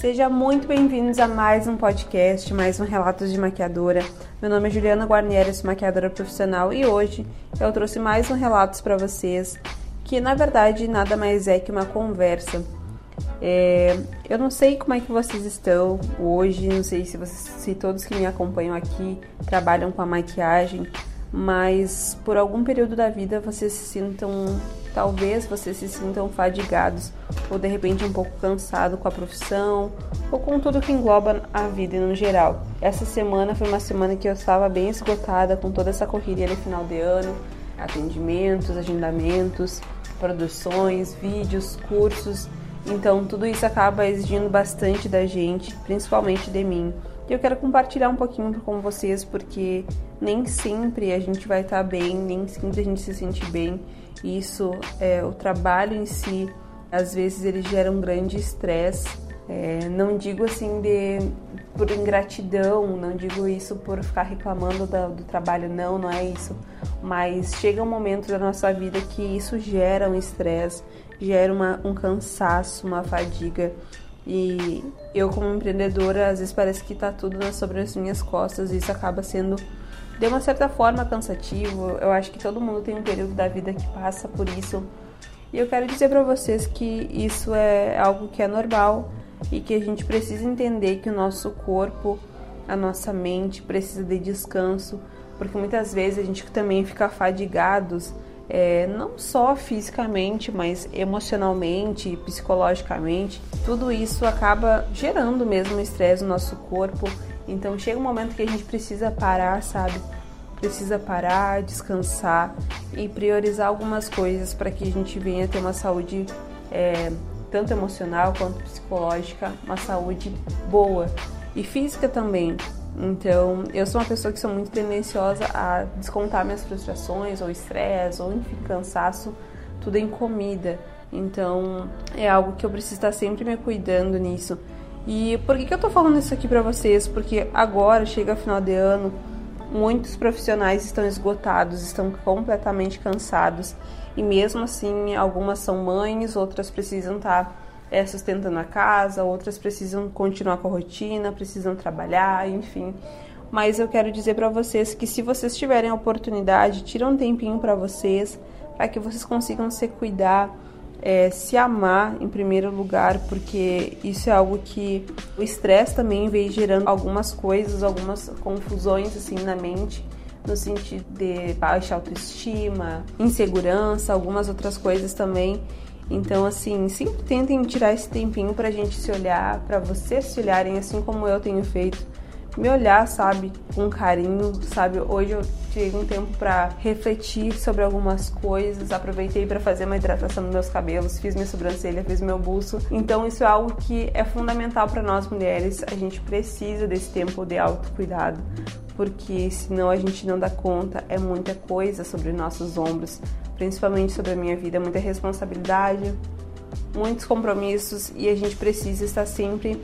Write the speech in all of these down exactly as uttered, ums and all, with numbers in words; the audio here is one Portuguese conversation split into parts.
Sejam muito bem-vindos a mais um podcast, mais um Relatos de Maquiadora. Meu nome é Juliana Guarnieri, sou maquiadora profissional e hoje eu trouxe mais um Relatos para vocês, que na verdade nada mais é que uma conversa. É, eu não sei como é que vocês estão hoje, não sei se, vocês, se todos que me acompanham aqui trabalham com a maquiagem, mas por algum período da vida vocês se sintam, talvez vocês se sintam fadigados ou de repente um pouco cansado com a profissão ou com tudo que engloba a vida no geral. Essa semana foi uma semana que eu estava bem esgotada com toda essa correria no final de ano, atendimentos, agendamentos, produções, vídeos, cursos. Então tudo isso acaba exigindo bastante da gente, principalmente de mim. E eu quero compartilhar um pouquinho com vocês, porque nem sempre a gente vai estar bem, nem sempre a gente se sente bem. Isso, é, o trabalho em si, às vezes ele gera um grande estresse. É, não digo assim de, por ingratidão, não digo isso por ficar reclamando do, do trabalho, não, não é isso. Mas chega um momento da nossa vida que isso gera um estresse, gera uma, um cansaço, uma fadiga. E eu, como empreendedora, às vezes parece que tá tudo sobre as minhas costas e isso acaba sendo, de uma certa forma, cansativo. Eu acho que todo mundo tem um período da vida que passa por isso. E eu quero dizer para vocês que isso é algo que é normal e que a gente precisa entender que o nosso corpo, a nossa mente precisa de descanso, porque muitas vezes a gente também fica fadigados, é, não só fisicamente, mas emocionalmente, psicologicamente. Tudo isso acaba gerando mesmo estresse no nosso corpo. Então chega um momento que a gente precisa parar, sabe? Precisa parar, descansar e priorizar algumas coisas para que a gente venha ter uma saúde é, tanto emocional quanto psicológica, uma saúde boa e física também. Então, eu sou uma pessoa que sou muito tendenciosa a descontar minhas frustrações ou estresse ou enfim, cansaço, tudo em comida. Então, é algo que eu preciso estar sempre me cuidando nisso. E por que que eu tô falando isso aqui pra vocês? Porque agora, chega final de ano, muitos profissionais estão esgotados, estão completamente cansados. E mesmo assim, algumas são mães, outras precisam estar é, sustentando a casa, outras precisam continuar com a rotina, precisam trabalhar, enfim. Mas eu quero dizer para vocês que se vocês tiverem a oportunidade, tira um tempinho para vocês, para que vocês consigam se cuidar, é, se amar em primeiro lugar, porque isso é algo que o estresse também vem gerando algumas coisas, algumas confusões assim na mente, no sentido de baixa autoestima, insegurança, algumas outras coisas também. Então, assim, sempre tentem tirar esse tempinho pra gente se olhar, pra vocês se olharem, assim como eu tenho feito. Me olhar, sabe, com carinho, sabe? Hoje eu tirei um tempo pra refletir sobre algumas coisas, aproveitei pra fazer uma hidratação nos meus cabelos, fiz minha sobrancelha, fiz meu buço. Então, isso é algo que é fundamental pra nós mulheres. A gente precisa desse tempo de autocuidado, porque senão a gente não dá conta, é muita coisa sobre nossos ombros, principalmente sobre a minha vida, muita responsabilidade, muitos compromissos e a gente precisa estar sempre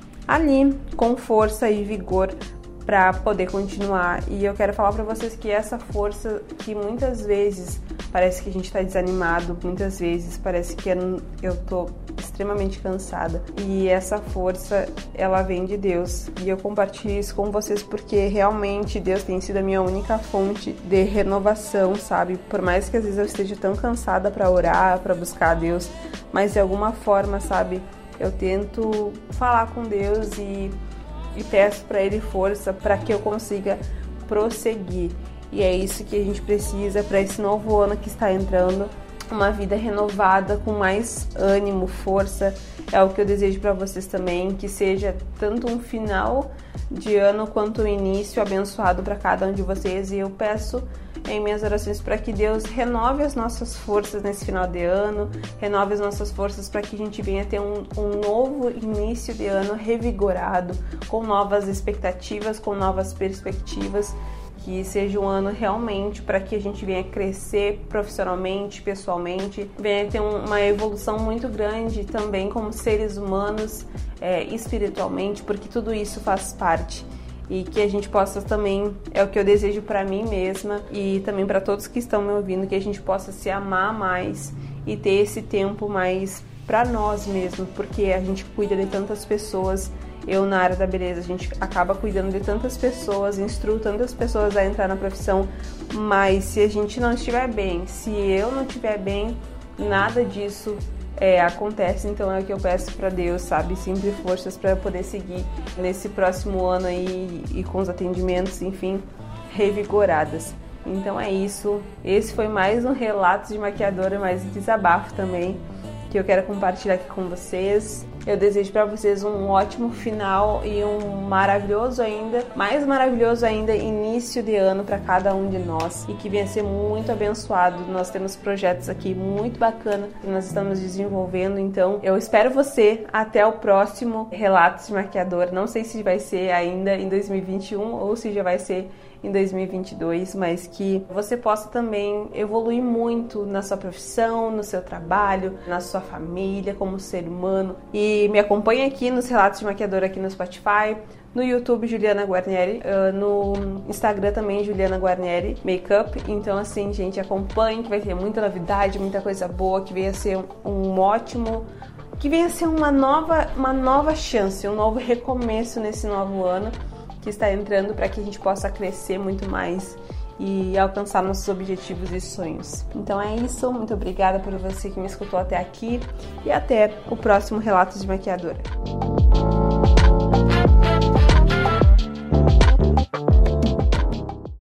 ali com força e vigor para poder continuar. E eu quero falar para vocês que essa força que muitas vezes parece que a gente está desanimado, muitas vezes parece que eu tô extremamente cansada, e essa força ela vem de Deus, e eu compartilho isso com vocês porque realmente Deus tem sido a minha única fonte de renovação, sabe? Por mais que às vezes eu esteja tão cansada para orar, para buscar a Deus, mas de alguma forma, sabe, eu tento falar com Deus e, e peço para Ele força para que eu consiga prosseguir. E é isso que a gente precisa para esse novo ano que está entrando, uma vida renovada, com mais ânimo, força. É o que eu desejo para vocês também, que seja tanto um final de ano quanto um início abençoado para cada um de vocês. E eu peço em minhas orações para que Deus renove as nossas forças nesse final de ano, renove as nossas forças para que a gente venha ter um, um novo início de ano revigorado, com novas expectativas, com novas perspectivas. Que seja um ano realmente para que a gente venha crescer profissionalmente, pessoalmente, venha ter uma evolução muito grande também como seres humanos, é, espiritualmente, porque tudo isso faz parte. E que a gente possa também, é o que eu desejo para mim mesma e também para todos que estão me ouvindo, que a gente possa se amar mais e ter esse tempo mais para nós mesmos, porque a gente cuida de tantas pessoas. Eu, na área da beleza, a gente acaba cuidando de tantas pessoas, instruo tantas pessoas a entrar na profissão, mas se a gente não estiver bem, se eu não estiver bem, nada disso é, acontece. Então é o que eu peço para Deus, sabe? Sempre forças para poder seguir nesse próximo ano aí e com os atendimentos, enfim, revigoradas. Então é isso. Esse foi mais um relato de maquiadora, mais um desabafo também, que eu quero compartilhar aqui com vocês. Eu desejo para vocês um ótimo final e um maravilhoso ainda, mais maravilhoso ainda, início de ano para cada um de nós, e que venha ser muito abençoado. Nós temos projetos aqui muito bacana que nós estamos desenvolvendo, então eu espero você até o próximo Relatos de Maquiadora. Não sei se vai ser ainda em dois mil e vinte e um ou se já vai ser em dois mil e vinte e dois, mas que você possa também evoluir muito na sua profissão, no seu trabalho, na sua família, como ser humano. E me acompanhe aqui nos Relatos de Maquiadora aqui no Spotify, no YouTube Juliana Guarnieri, no Instagram também Juliana Guarnieri Makeup. Então assim, gente, acompanhe que vai ter muita novidade, muita coisa boa, que venha ser um ótimo, que venha ser uma nova, uma nova chance, um novo recomeço nesse novo ano que está entrando, para que a gente possa crescer muito mais e alcançar nossos objetivos e sonhos. Então é isso, muito obrigada por você que me escutou até aqui e até o próximo Relatos de Maquiadora.